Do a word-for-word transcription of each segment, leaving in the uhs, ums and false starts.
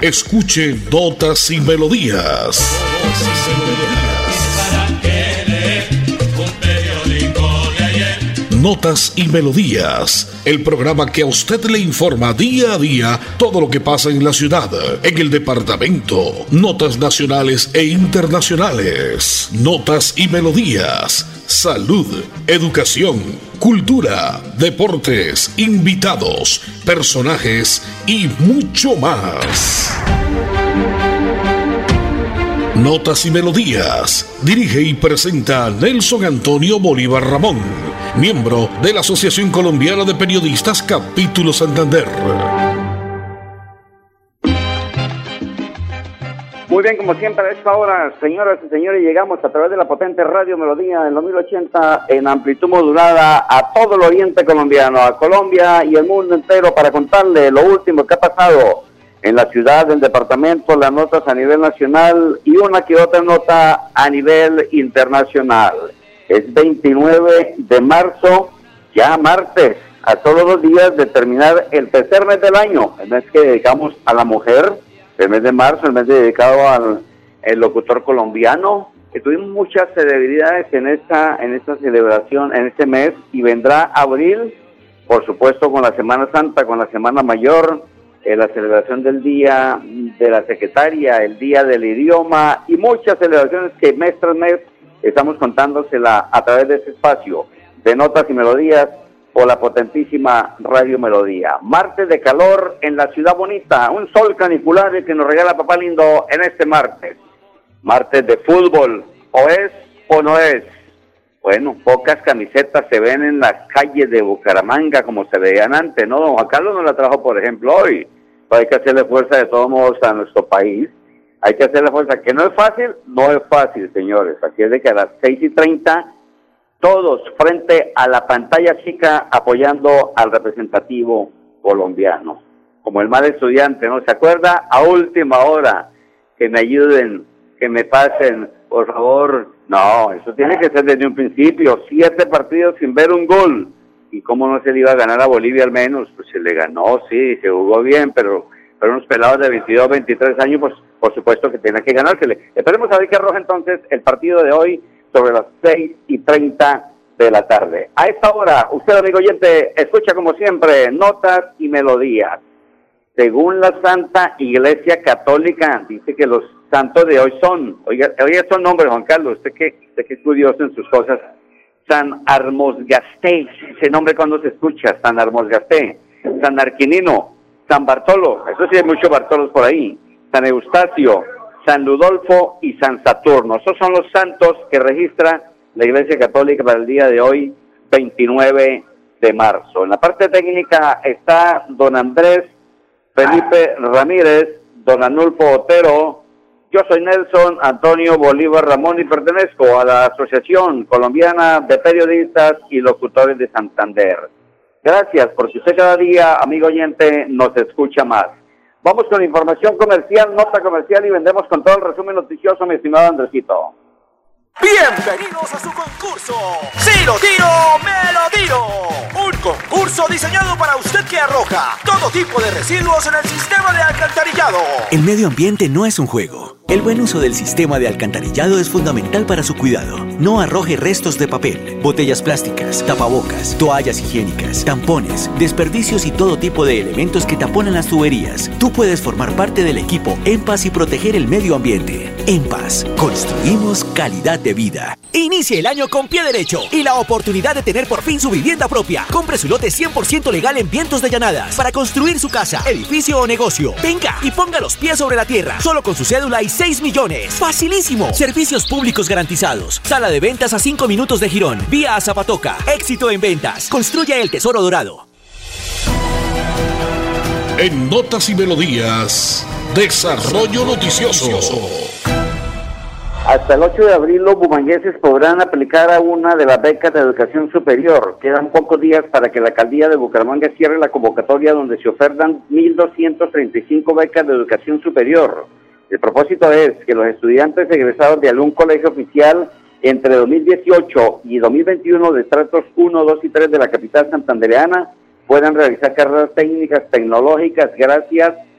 Escuche Notas y Melodías. Notas y Melodías, el programa que a usted le informa día a día todo lo que pasa en la ciudad, en el departamento, notas nacionales e internacionales, Notas y Melodías, salud, educación, cultura, deportes, invitados, personajes y mucho más. Notas y Melodías, dirige y presenta Nelson Antonio Bolívar Ramón, miembro de la Asociación Colombiana de Periodistas Capítulo Santander. Muy bien, como siempre a esta hora, señoras y señores, llegamos a través de la potente Radio Melodía en los mil ochenta en amplitud modulada a todo el oriente colombiano, a Colombia y el mundo entero, para contarle lo último que ha pasado en la ciudad, en el departamento, las notas a nivel nacional y una que otra nota a nivel internacional. Es veintinueve de marzo, ya martes, a solo dos días de terminar el tercer mes del año, el mes que dedicamos a la mujer, el mes de marzo, el mes dedicado al el locutor colombiano, que tuvimos muchas celebridades en esta, en esta celebración, en este mes, y vendrá abril, por supuesto, con la Semana Santa, con la Semana Mayor, eh, la celebración del Día de la Secretaria, el Día del Idioma, y muchas celebraciones que mes tras mes estamos contándosela a través de este espacio de Notas y Melodías por la potentísima Radio Melodía. Martes de calor en la ciudad bonita, un sol canicular que nos regala Papá Lindo en este martes. Martes de fútbol, ¿o es o no es? Bueno, pocas camisetas se ven en las calles de Bucaramanga como se veían antes, ¿no? Don Juan Carlos nos la trajo, por ejemplo, hoy. Pues hay que hacerle fuerza de todos modos a nuestro país. Hay que hacerle fuerza, que no es fácil, no es fácil, señores. Así es de que a las seis y treinta, todos frente a la pantalla chica apoyando al representativo colombiano. Como el mal estudiante, ¿no? ¿Se acuerda? A última hora, que me ayuden, que me pasen, por favor. No, eso tiene que ser desde un principio. Siete partidos sin ver un gol. ¿Y cómo no se le iba a ganar a Bolivia al menos? Pues se le ganó, sí, se jugó bien, pero, pero unos pelados de veintidós, veintitrés años, pues por supuesto que tiene que ganársele. Esperemos a ver qué arroja entonces el partido de hoy sobre las seis y treinta de la tarde. A esta hora, usted, amigo oyente, escucha como siempre Notas y Melodías. Según la Santa Iglesia Católica, dice que los santos de hoy son, oiga, oiga estos nombres, Juan Carlos, usted que, usted que es curioso en sus cosas, San Armosgasté, ese nombre cuando se escucha, San Armosgasté, San Arquinino, San Bartolo, eso sí hay muchos Bartolos por ahí, San Eustacio, San Ludolfo y San Saturno. Esos son los santos que registra la Iglesia Católica para el día de hoy, veintinueve de marzo. En la parte técnica está don Andrés Felipe Ramírez, don Anulfo Otero. Yo soy Nelson Antonio Bolívar Ramón y pertenezco a la Asociación Colombiana de Periodistas y Locutores de Santander. Gracias porque usted cada día, amigo oyente, nos escucha más. Vamos con información comercial, nota comercial y vendemos con todo el resumen noticioso, mi estimado Andresito. Bienvenidos a su concurso. Si lo tiro, me lo tiro. Un concurso diseñado para usted que arroja todo tipo de residuos en el sistema de alcantarillado. El medio ambiente no es un juego. El buen uso del sistema de alcantarillado es fundamental para su cuidado. No arroje restos de papel, botellas plásticas, tapabocas, toallas higiénicas, tampones, desperdicios y todo tipo de elementos que taponan las tuberías. Tú puedes formar parte del equipo En Paz y proteger el medio ambiente. En Paz, construimos calidad de vida. Inicie el año con pie derecho y la oportunidad de tener por fin su vivienda propia. Compre su lote cien por ciento legal en Vientos de Llanadas para construir su casa, edificio o negocio. Venga y ponga los pies sobre la tierra, solo con su cédula y seis millones. ¡Facilísimo! Servicios públicos garantizados. Sala de ventas a cinco minutos de Girón. Vía a Zapatoca. Éxito en ventas. Construye el tesoro dorado. En Notas y Melodías, Desarrollo Noticioso. Hasta el ocho de abril los bumangueses podrán aplicar a una de las becas de educación superior. Quedan pocos días para que la alcaldía de Bucaramanga cierre la convocatoria donde se ofertan mil doscientas treinta y cinco becas de educación superior. El propósito es que los estudiantes egresados de algún colegio oficial entre dos mil dieciocho y dos mil veintiuno de estratos uno, dos y tres de la capital santandereana puedan realizar carreras técnicas tecnológicas gracias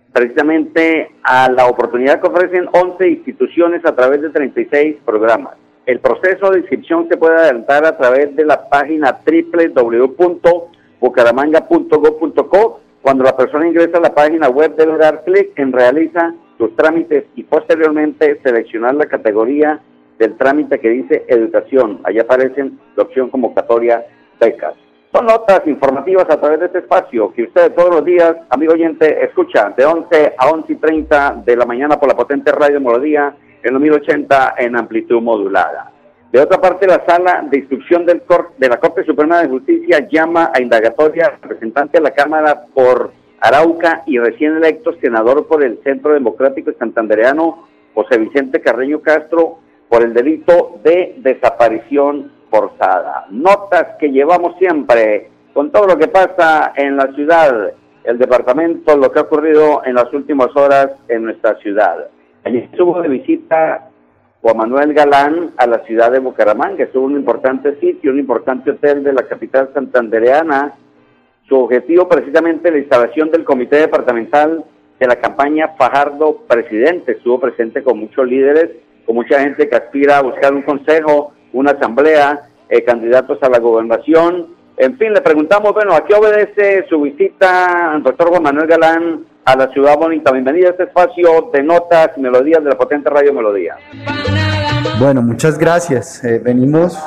precisamente a la oportunidad que ofrecen once instituciones a través de treinta y seis programas. El proceso de inscripción se puede adelantar a través de la página doble u doble u doble u punto bucaramanga punto gob punto co. Cuando la persona ingresa a la página web debe dar clic en realiza sus trámites y posteriormente seleccionar la categoría del trámite que dice educación. Allí aparecen la opción convocatoria becas. Son notas informativas a través de este espacio que usted todos los días, amigo oyente, escucha de once a once y treinta de la mañana por la potente Radio Melodía en los mil ochenta en amplitud modulada. De otra parte, la Sala de Instrucción del Cor de la Corte Suprema de Justicia llama a indagatoria al representante de la Cámara por Arauca y recién electo senador por el Centro Democrático Santandereano, José Vicente Carreño Castro, por el delito de desaparición forzada. Notas que llevamos siempre con todo lo que pasa en la ciudad, el departamento, lo que ha ocurrido en las últimas horas en nuestra ciudad. Allí estuvo de visita Juan Manuel Galán a la ciudad de Bucaramanga. Estuvo un importante sitio, un importante hotel de la capital santandereana. Su objetivo precisamente la instalación del comité departamental de la campaña Fajardo Presidente. Estuvo presente con muchos líderes, con mucha gente que aspira a buscar un consejo, una asamblea, eh, candidatos a la gobernación. En fin, le preguntamos, bueno, ¿a qué obedece su visita, doctor Juan Manuel Galán, a la ciudad bonita? Bienvenido a este espacio de notas y melodías de la potente Radio Melodía. Bueno, muchas gracias. Eh, venimos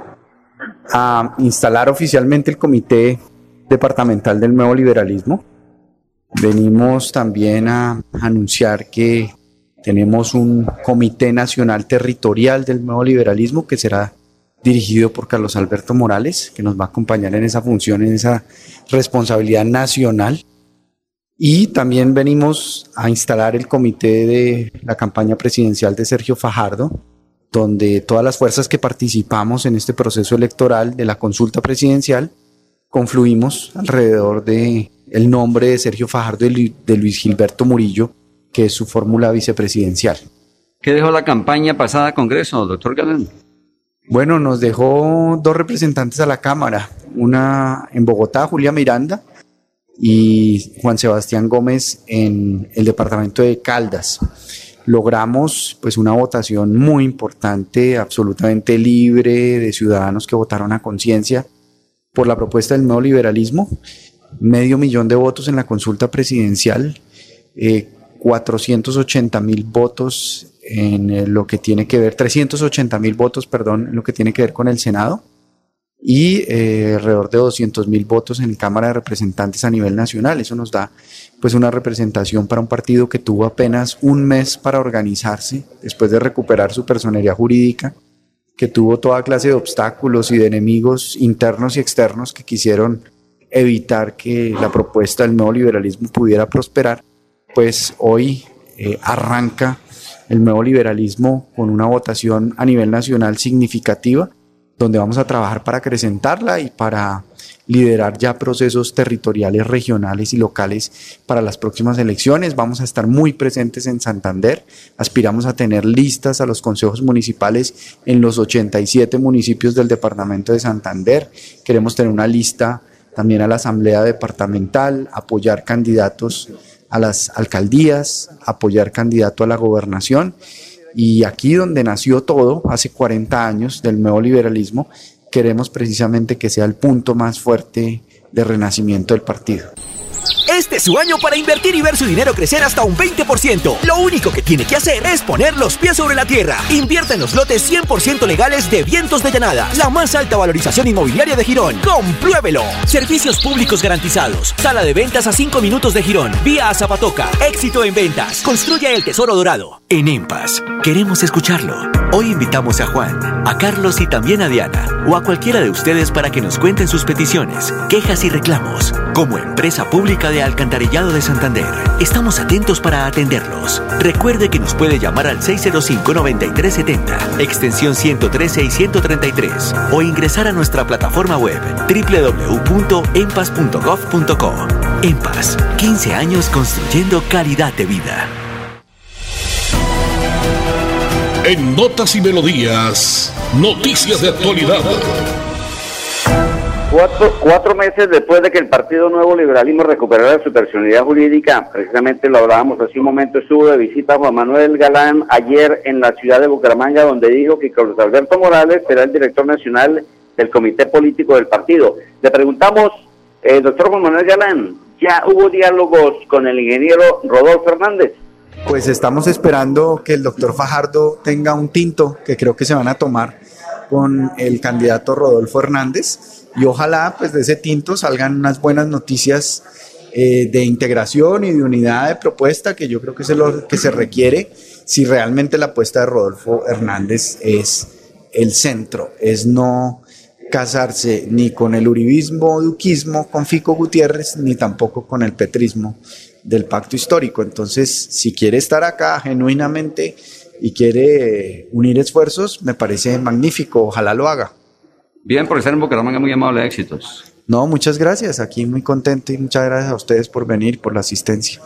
a instalar oficialmente el Comité Departamental del Nuevo Liberalismo. Venimos también a anunciar que tenemos un Comité Nacional Territorial del Nuevo Liberalismo que será dirigido por Carlos Alberto Morales, que nos va a acompañar en esa función, en esa responsabilidad nacional. Y también venimos a instalar el comité de la campaña presidencial de Sergio Fajardo, donde todas las fuerzas que participamos en este proceso electoral de la consulta presidencial confluimos alrededor de el nombre de Sergio Fajardo y de Luis Gilberto Murillo, que es su fórmula vicepresidencial. ¿Qué dejó la campaña pasada Congreso, doctor Galán? Bueno, nos dejó dos representantes a la Cámara, una en Bogotá, Julia Miranda, y Juan Sebastián Gómez en el departamento de Caldas. Logramos pues una votación muy importante, absolutamente libre, de ciudadanos que votaron a conciencia por la propuesta del nuevo liberalismo, medio millón de votos en la consulta presidencial, eh, cuatrocientos ochenta mil votos en lo que tiene que ver, trescientos ochenta mil votos, perdón, en lo que tiene que ver con el Senado, y eh, alrededor de doscientos mil votos en Cámara de Representantes a nivel nacional. Eso nos da pues una representación para un partido que tuvo apenas un mes para organizarse después de recuperar su personería jurídica, que tuvo toda clase de obstáculos y de enemigos internos y externos que quisieron evitar que la propuesta del nuevo liberalismo pudiera prosperar. Pues hoy eh, arranca el nuevo liberalismo con una votación a nivel nacional significativa, donde vamos a trabajar para acrecentarla y para liderar ya procesos territoriales, regionales y locales para las próximas elecciones. Vamos a estar muy presentes en Santander. Aspiramos a tener listas a los consejos municipales en los ochenta y siete municipios del departamento de Santander. Queremos tener una lista también a la asamblea departamental, apoyar candidatos a las alcaldías, apoyar candidato a la gobernación. Y aquí donde nació todo, hace cuarenta años, del nuevo liberalismo, queremos precisamente que sea el punto más fuerte de renacimiento del partido. Este es su año para invertir y ver su dinero crecer hasta un veinte por ciento. Lo único que tiene que hacer es poner los pies sobre la tierra. Invierta en los lotes cien por ciento legales de Vientos de Llanadas, la más alta valorización inmobiliaria de Girón. ¡Compruébelo! Servicios públicos garantizados. Sala de ventas a cinco minutos de Girón. Vía a Zapatoca. Éxito en ventas. Construya el tesoro dorado. En EMPAS, queremos escucharlo. Hoy invitamos a Juan, a Carlos y también a Diana, o a cualquiera de ustedes para que nos cuenten sus peticiones, quejas y reclamos. Como empresa pública de Alcantarillado de Santander, estamos atentos para atenderlos. Recuerde que nos puede llamar al seis cero cinco, nueve tres siete cero, extensión ciento trece y ciento treinta y tres, o ingresar a nuestra plataforma web doble u doble u doble u punto empas punto gob punto co. EMPAS, quince años construyendo calidad de vida. En Notas y Melodías, noticias de actualidad. Cuatro, cuatro meses después de que el Partido Nuevo Liberalismo recuperara su personalidad jurídica, precisamente lo hablábamos hace un momento, estuvo de visita Juan Manuel Galán ayer en la ciudad de Bucaramanga, donde dijo que Carlos Alberto Morales será el director nacional del comité político del partido. Le preguntamos, eh, doctor Juan Manuel Galán, ¿ya hubo diálogos con el ingeniero Rodolfo Hernández? Pues estamos esperando que el doctor Fajardo tenga un tinto que creo que se van a tomar con el candidato Rodolfo Hernández y ojalá pues de ese tinto salgan unas buenas noticias eh, de integración y de unidad de propuesta, que yo creo que es lo que se requiere si realmente la apuesta de Rodolfo Hernández es el centro, es no casarse ni con el uribismo duquismo con Fico Gutiérrez, ni tampoco con el petrismo del pacto histórico. Entonces, si quiere estar acá genuinamente y quiere eh, unir esfuerzos, me parece magnífico, ojalá lo haga. Bien, por estar en Bucaramanga, muy amable, éxitos. No, muchas gracias, aquí muy contento y muchas gracias a ustedes por venir, por la asistencia.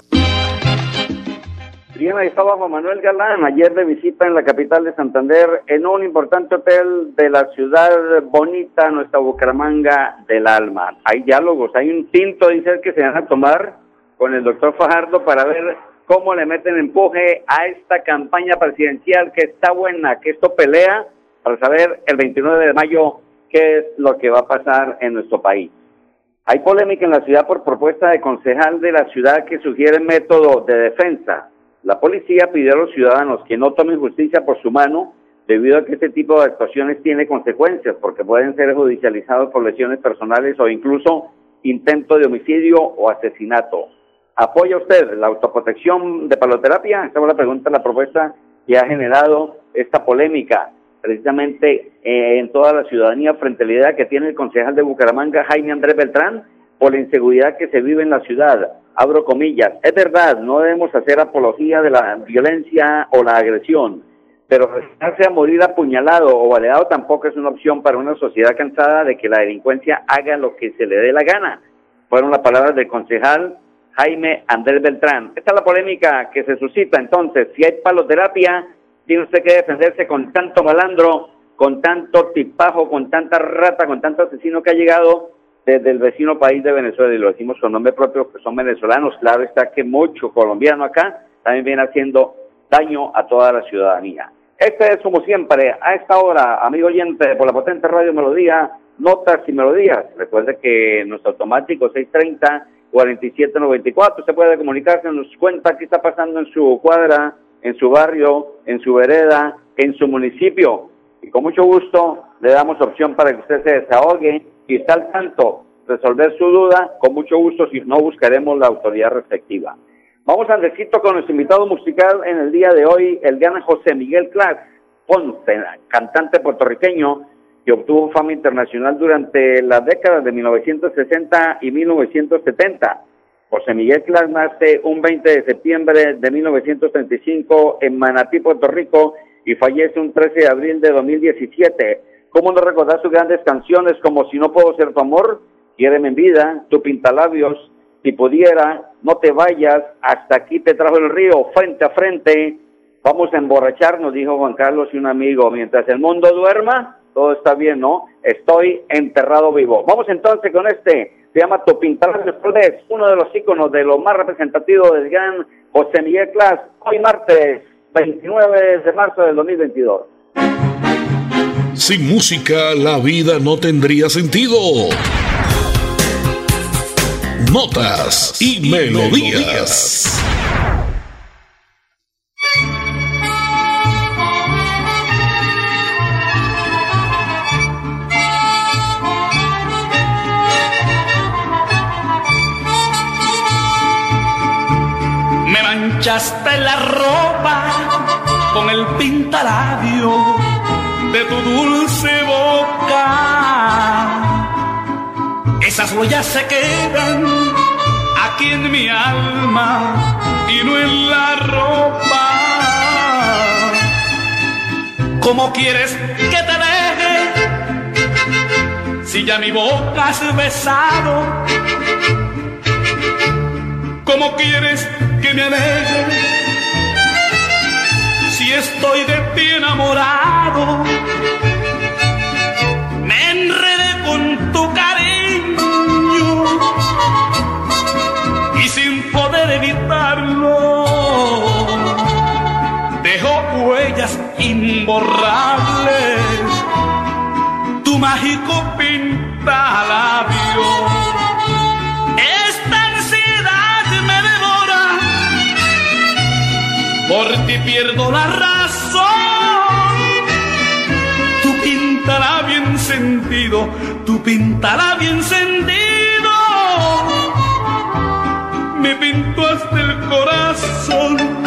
Bien, ahí estaba Juan Manuel Galán, ayer de visita en la capital de Santander, en un importante hotel de la ciudad bonita, nuestra Bucaramanga del alma. Hay diálogos, hay un tinto, dice él, que se van a tomar con el doctor Fajardo para ver cómo le meten empuje a esta campaña presidencial que está buena, que esto pelea, para saber el veintinueve de mayo qué es lo que va a pasar en nuestro país. Hay polémica en la ciudad por propuesta de concejal de la ciudad que sugiere método de defensa. La policía pidió a los ciudadanos que no tomen justicia por su mano, debido a que este tipo de actuaciones tiene consecuencias, porque pueden ser judicializados por lesiones personales o incluso intento de homicidio o asesinato. ¿Apoya usted la autoprotección de paloterapia? Esta fue la pregunta, la propuesta que ha generado esta polémica, precisamente eh, en toda la ciudadanía, frente a la idea que tiene el concejal de Bucaramanga, Jaime Andrés Beltrán, por la inseguridad que se vive en la ciudad. Abro comillas, es verdad, no debemos hacer apología de la violencia o la agresión, pero resignarse a morir apuñalado o baleado tampoco es una opción para una sociedad cansada de que la delincuencia haga lo que se le dé la gana. Fueron las palabras del concejal Jaime Andrés Beltrán. Esta es la polémica que se suscita entonces. Si hay paloterapia, tiene usted que defenderse con tanto malandro, con tanto tipajo, con tanta rata, con tanto asesino que ha llegado desde el vecino país de Venezuela, y lo decimos con nombre propio, que son venezolanos. Claro está que mucho colombiano acá también viene haciendo daño a toda la ciudadanía. Este es, como siempre, a esta hora, amigo oyente, por la potente Radio Melodía, Notas y Melodías. Recuerde que nuestro automático seis treinta, cuarenta y siete noventa y cuatro, usted puede comunicarse, nos cuenta qué está pasando en su cuadra, en su barrio, en su vereda, en su municipio, y con mucho gusto le damos opción para que usted se desahogue y está al tanto, resolver su duda, con mucho gusto, si no buscaremos la autoridad respectiva. Vamos al recito con nuestro invitado musical en el día de hoy, el gran José Miguel Clas Ponce, cantante puertorriqueño que obtuvo fama internacional durante las décadas de mil novecientos sesenta y mil novecientos setenta. José Miguel Clas nace un veinte de septiembre de mil novecientos treinta y cinco en Manatí, Puerto Rico, y fallece un trece de abril de dos mil diecisiete. ¿Cómo no recordar sus grandes canciones como Si no puedo ser tu amor, Quiéreme en vida, Tu pintalabios, Si pudiera, No te vayas, Hasta aquí te trajo el río, Frente a frente, Vamos a emborracharnos, dijo Juan Carlos y un amigo, mientras el mundo duerma, todo está bien, ¿no? Estoy enterrado vivo. Vamos entonces con este, se llama Tu pintalabios, es uno de los íconos, de los más representativos del gran José Miguel Clas, hoy martes veintinueve de marzo del dos mil veintidós. Sin música, la vida no tendría sentido. Notas y, y melodías. melodías. Me manchaste la ropa con el pintalabio de tu dulce boca. Esas huellas se quedan aquí en mi alma y no en la ropa. ¿Cómo quieres que te deje si ya mi boca has besado? ¿Cómo quieres que me aleje si estoy de ti enamorado? Me enredé con tu cariño olvidarlo. Dejó huellas imborrables, tu mágico pintalabio. Esta ansiedad me devora, por ti pierdo la razón. Tu pintalabio encendido, tu pintalabio encendido, me pintó hasta el corazón.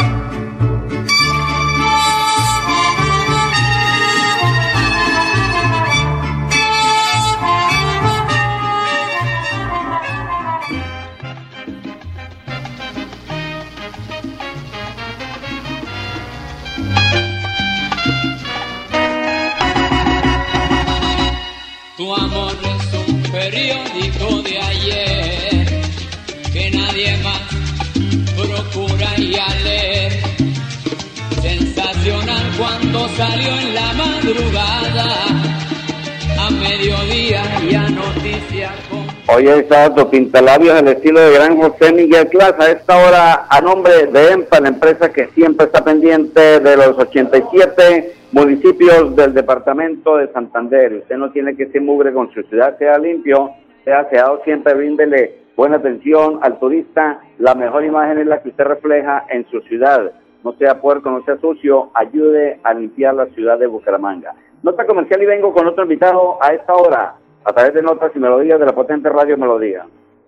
Tu amor es un periódico de ayer que nadie más procura y a leer. Sensacional cuando salió en la madrugada, a mediodía y a noticia con... Hoy está tu pintalabios al estilo de gran José Miguel Class, a esta hora a nombre de EMPA, la empresa que siempre está pendiente de los ochenta y siete municipios del departamento de Santander. Usted no tiene que ser mugre con su ciudad, sea limpio, sea aseado, siempre bríndele buena atención al turista. La mejor imagen es la que usted refleja en su ciudad. No sea puerco, no sea sucio, ayude a limpiar la ciudad de Bucaramanga. Nota comercial y vengo con otro invitado a esta hora, a través de Notas y Melodías de la potente Radio Melodía.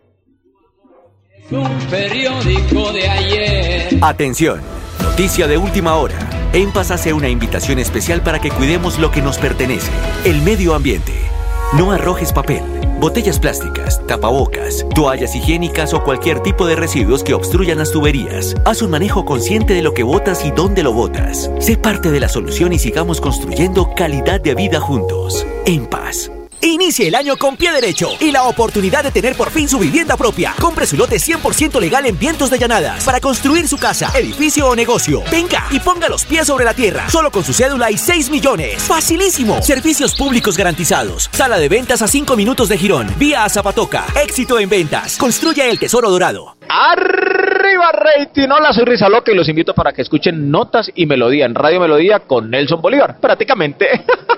Un periódico de ayer. Atención, noticia de última hora. EMPAS hace una invitación especial para que cuidemos lo que nos pertenece, el medio ambiente. No arrojes papel, botellas plásticas, tapabocas, toallas higiénicas o cualquier tipo de residuos que obstruyan las tuberías. Haz un manejo consciente de lo que botas y dónde lo botas. Sé parte de la solución y sigamos construyendo calidad de vida juntos. EMPAS. Inicie el año con pie derecho y la oportunidad de tener por fin su vivienda propia. Compre su lote cien por ciento legal en Vientos de Llanadas para construir su casa, edificio o negocio. Venga y ponga los pies sobre la tierra, solo con su cédula y seis millones. ¡Facilísimo! Servicios públicos garantizados. Sala de ventas a cinco minutos de Girón. Vía a Zapatoca. Éxito en ventas. Construya el tesoro dorado. ¡Arriba rating! Hola, soy Risa Loca y los invito para que escuchen Notas y Melodía en Radio Melodía con Nelson Bolívar. Prácticamente...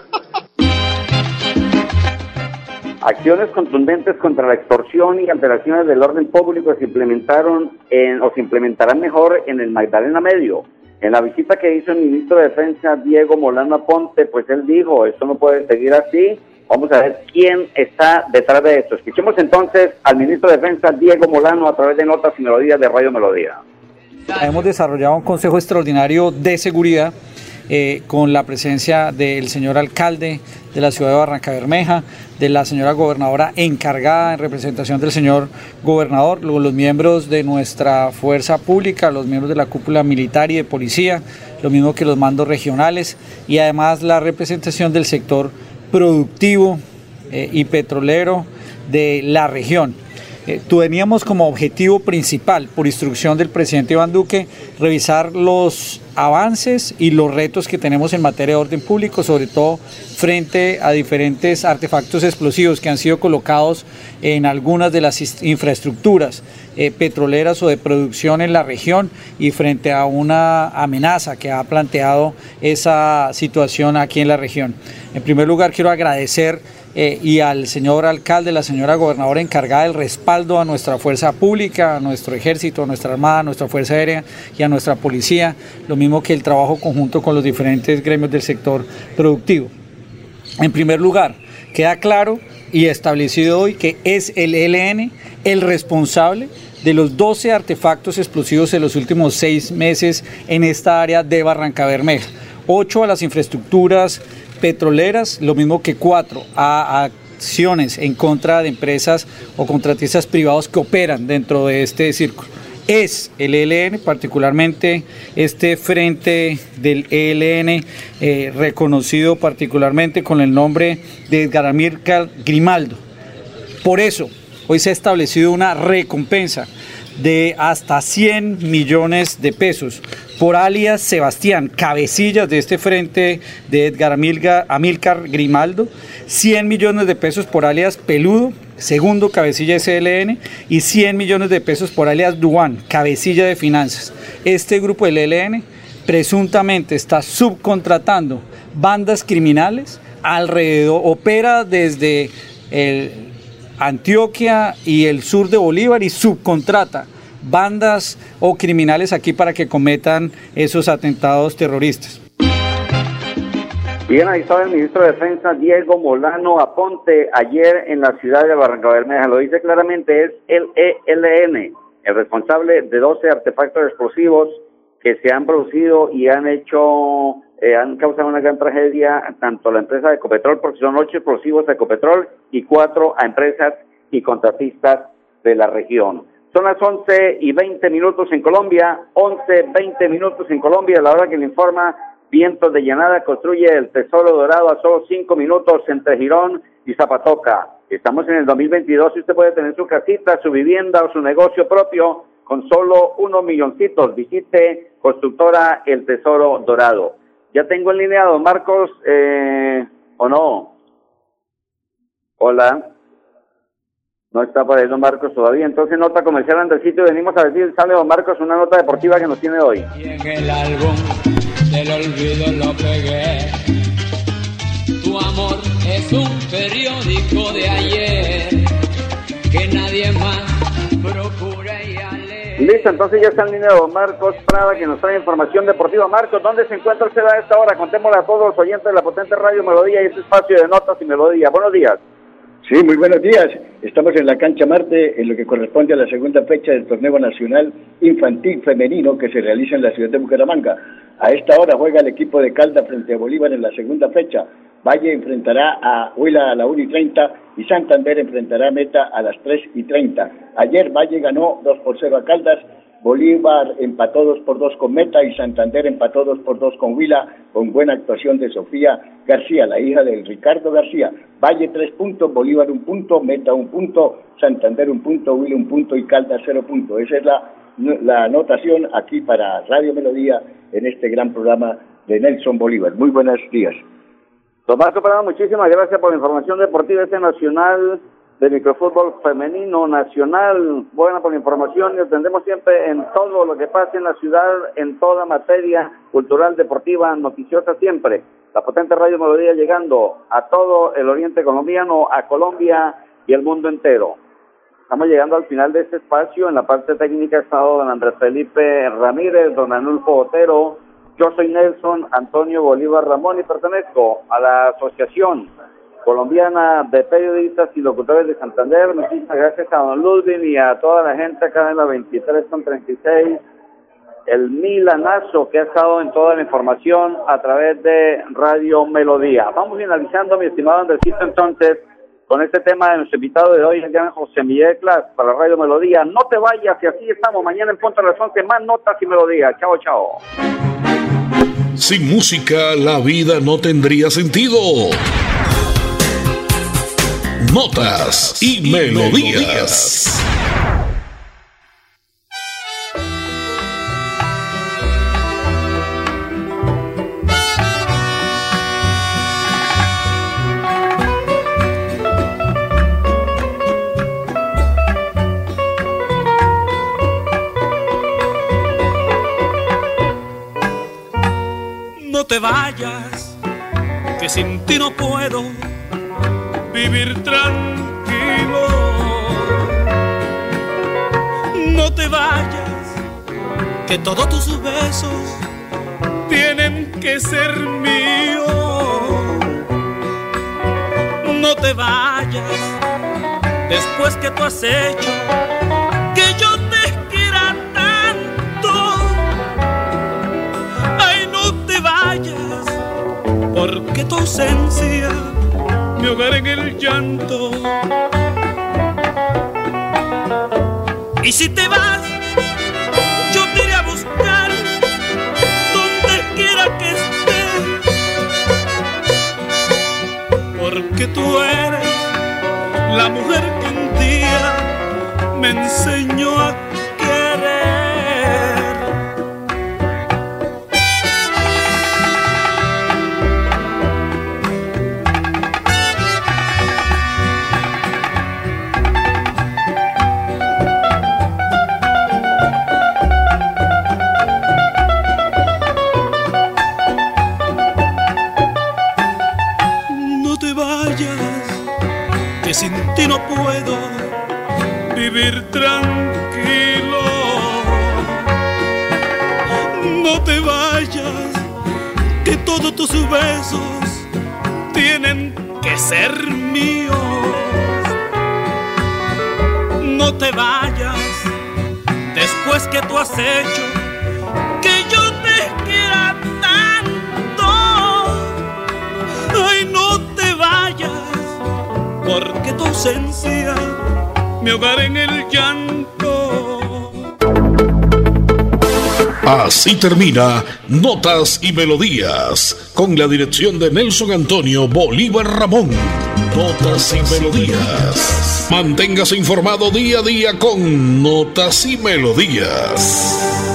Acciones contundentes contra la extorsión y alteraciones del orden público se implementaron en, o se implementarán mejor en el Magdalena Medio. En la visita que hizo el ministro de Defensa, Diego Molano Aponte, pues él dijo, esto no puede seguir así, vamos a ver quién está detrás de esto. Escuchemos entonces al ministro de Defensa, Diego Molano, a través de Notas y Melodías de Radio Melodía. Hemos desarrollado un consejo extraordinario de seguridad eh, con la presencia del señor alcalde de la ciudad de Barrancabermeja, de la señora gobernadora encargada en representación del señor gobernador, luego los miembros de nuestra fuerza pública, los miembros de la cúpula militar y de policía, lo mismo que los mandos regionales y además la representación del sector productivo eh, y petrolero de la región. Eh, teníamos como objetivo principal, por instrucción del presidente Iván Duque, revisar los avances y los retos que tenemos en materia de orden público, sobre todo frente a diferentes artefactos explosivos que han sido colocados en algunas de las infraestructuras eh, petroleras o de producción en la región y frente a una amenaza que ha planteado esa situación aquí en la región. En primer lugar, quiero agradecer Eh, y al señor alcalde, la señora gobernadora encargada del respaldo a nuestra fuerza pública, a nuestro ejército, a nuestra armada, a nuestra fuerza aérea y a nuestra policía, lo mismo que el trabajo conjunto con los diferentes gremios del sector productivo. En primer lugar, queda claro y establecido hoy que es el E L N el responsable de los doce artefactos explosivos en los últimos seis meses en esta área de Barrancabermeja, ocho a las infraestructuras petroleras, lo mismo que cuatro a acciones en contra de empresas o contratistas privados que operan dentro de este círculo. Es el E L N, particularmente este frente del E L N, eh, reconocido particularmente con el nombre de Edgar Amílcar Grimaldo. Por eso, hoy se ha establecido una recompensa de hasta cien millones de pesos por alias Sebastián, cabecillas de este frente de Edgar Amílcar Grimaldo, cien millones de pesos por alias Peludo, segundo cabecilla de C L N, y cien millones de pesos por alias Duan, cabecilla de finanzas. Este grupo del E L N presuntamente está subcontratando bandas criminales alrededor, opera desde el Antioquia y el sur de Bolívar y subcontrata bandas o criminales aquí para que cometan esos atentados terroristas. Bien, ahí estaba el ministro de Defensa Diego Molano Aponte ayer en la ciudad de Barrancabermeja. Lo dice claramente, es el E L N, el responsable de doce artefactos explosivos que se han producido y han hecho, eh, han causado una gran tragedia tanto a la empresa de Ecopetrol, porque son ocho explosivos de Ecopetrol y cuatro a empresas y contratistas de la región. Son las once y veinte minutos en Colombia, once, veinte minutos en Colombia, a la hora que le informa Vientos de Llanada construye el Tesoro Dorado a solo cinco minutos entre Girón y Zapatoca. Estamos en el dos mil veintidós y usted puede tener su casita, su vivienda o su negocio propio con solo unos milloncitos. Visite Constructora El Tesoro Dorado. Ya tengo en línea a don Marcos, eh, ¿o no? Hola. No está por ahí don Marcos todavía. Entonces, nota comercial ante el sitio. Venimos a decir, sale don Marcos, una nota deportiva que nos tiene hoy. Y en el álbum del olvido lo pegué. Tu amor es un periódico de ayer que nadie más procura y ale. Listo, entonces ya está en línea don Marcos Prada, que nos trae información deportiva. Marcos, ¿dónde se encuentra usted a esta hora? Contémosle a todos los oyentes de la potente Radio Melodía y este espacio de notas y melodía. Buenos días. Sí, muy buenos días. Estamos en la cancha Marte, en lo que corresponde a la segunda fecha del Torneo Nacional Infantil Femenino que se realiza en la ciudad de Bucaramanga. A esta hora juega el equipo de Caldas frente a Bolívar en la segunda fecha. Valle enfrentará a Huila a la una y treinta y Santander enfrentará a Meta a las tres y treinta. Ayer Valle ganó dos por cero a Caldas, Bolívar empató dos por dos con Meta y Santander empató dos por dos con Huila, con buena actuación de Sofía García, la hija de Ricardo García. Valle tres puntos, Bolívar un punto, Meta un punto, Santander un punto, Huila un punto y Caldas cero puntos. Esa es la, la anotación aquí para Radio Melodía en este gran programa de Nelson Bolívar. Muy buenos días. Don Marco Prada, muchísimas gracias por la información deportiva. Este nacional de microfútbol femenino nacional, buena por la información, y atendemos siempre en todo lo que pasa en la ciudad, en toda materia cultural, deportiva, noticiosa siempre. La potente Radio Melodía llegando a todo el oriente colombiano, a Colombia y el mundo entero. Estamos llegando al final de este espacio. En la parte técnica ha estado don Andrés Felipe Ramírez, don Anulfo Otero. Yo soy Nelson Antonio Bolívar Ramón y pertenezco a la Asociación Colombiana de Periodistas y Locutores de Santander. Muchísimas gracias a don Ludwig y a toda la gente acá en la veintitrés con treinta y seis. El Milanazo que ha estado en toda la información a través de Radio Melodía. Vamos finalizando, mi estimado Andresito, entonces, con este tema de nuestro invitado de hoy, el gran José Miguel Clas, para Radio Melodía. No te vayas, y así estamos. Mañana en punto de las once, más notas y melodías. Chao, chao. Sin música, la vida no tendría sentido. Notas y, y melodías. melodías. No te vayas, que sin ti no puedo vivir tranquilo. No te vayas, que todos tus besos tienen que ser míos. No te vayas, después que tú has hecho que yo te quiera tanto. Ay, no te vayas, porque tu ausencia me ahogaré en el llanto. Y si te vas, yo te iré a buscar donde quiera que estés, porque tú eres la mujer que un día me enseñó a querer. no te vayas, que todos tus besos tienen que ser míos. No te vayas después que tú has hecho que yo te quiera tanto. Ay, no te vayas, porque tu ausencia me ahogará en el llanto. Así termina Notas y Melodías, con la dirección de Nelson Antonio Bolívar Ramón. Notas y Melodías. Manténgase informado día a día con Notas y Melodías.